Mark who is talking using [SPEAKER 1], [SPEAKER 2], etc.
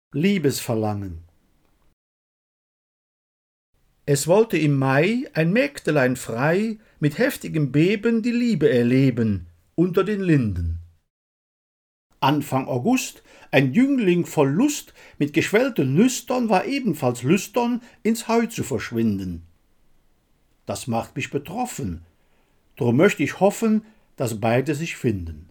[SPEAKER 1] Liebesverlangen. Es wollte im Mai ein Mägdelein frei mit heftigem Beben die Liebe erleben unter den Linden. Anfang August ein Jüngling voll Lust mit geschwellten Nüstern war ebenfalls lüstern ins Heu zu verschwinden. Das macht mich betroffen, drum möcht ich hoffen, dass beide sich finden.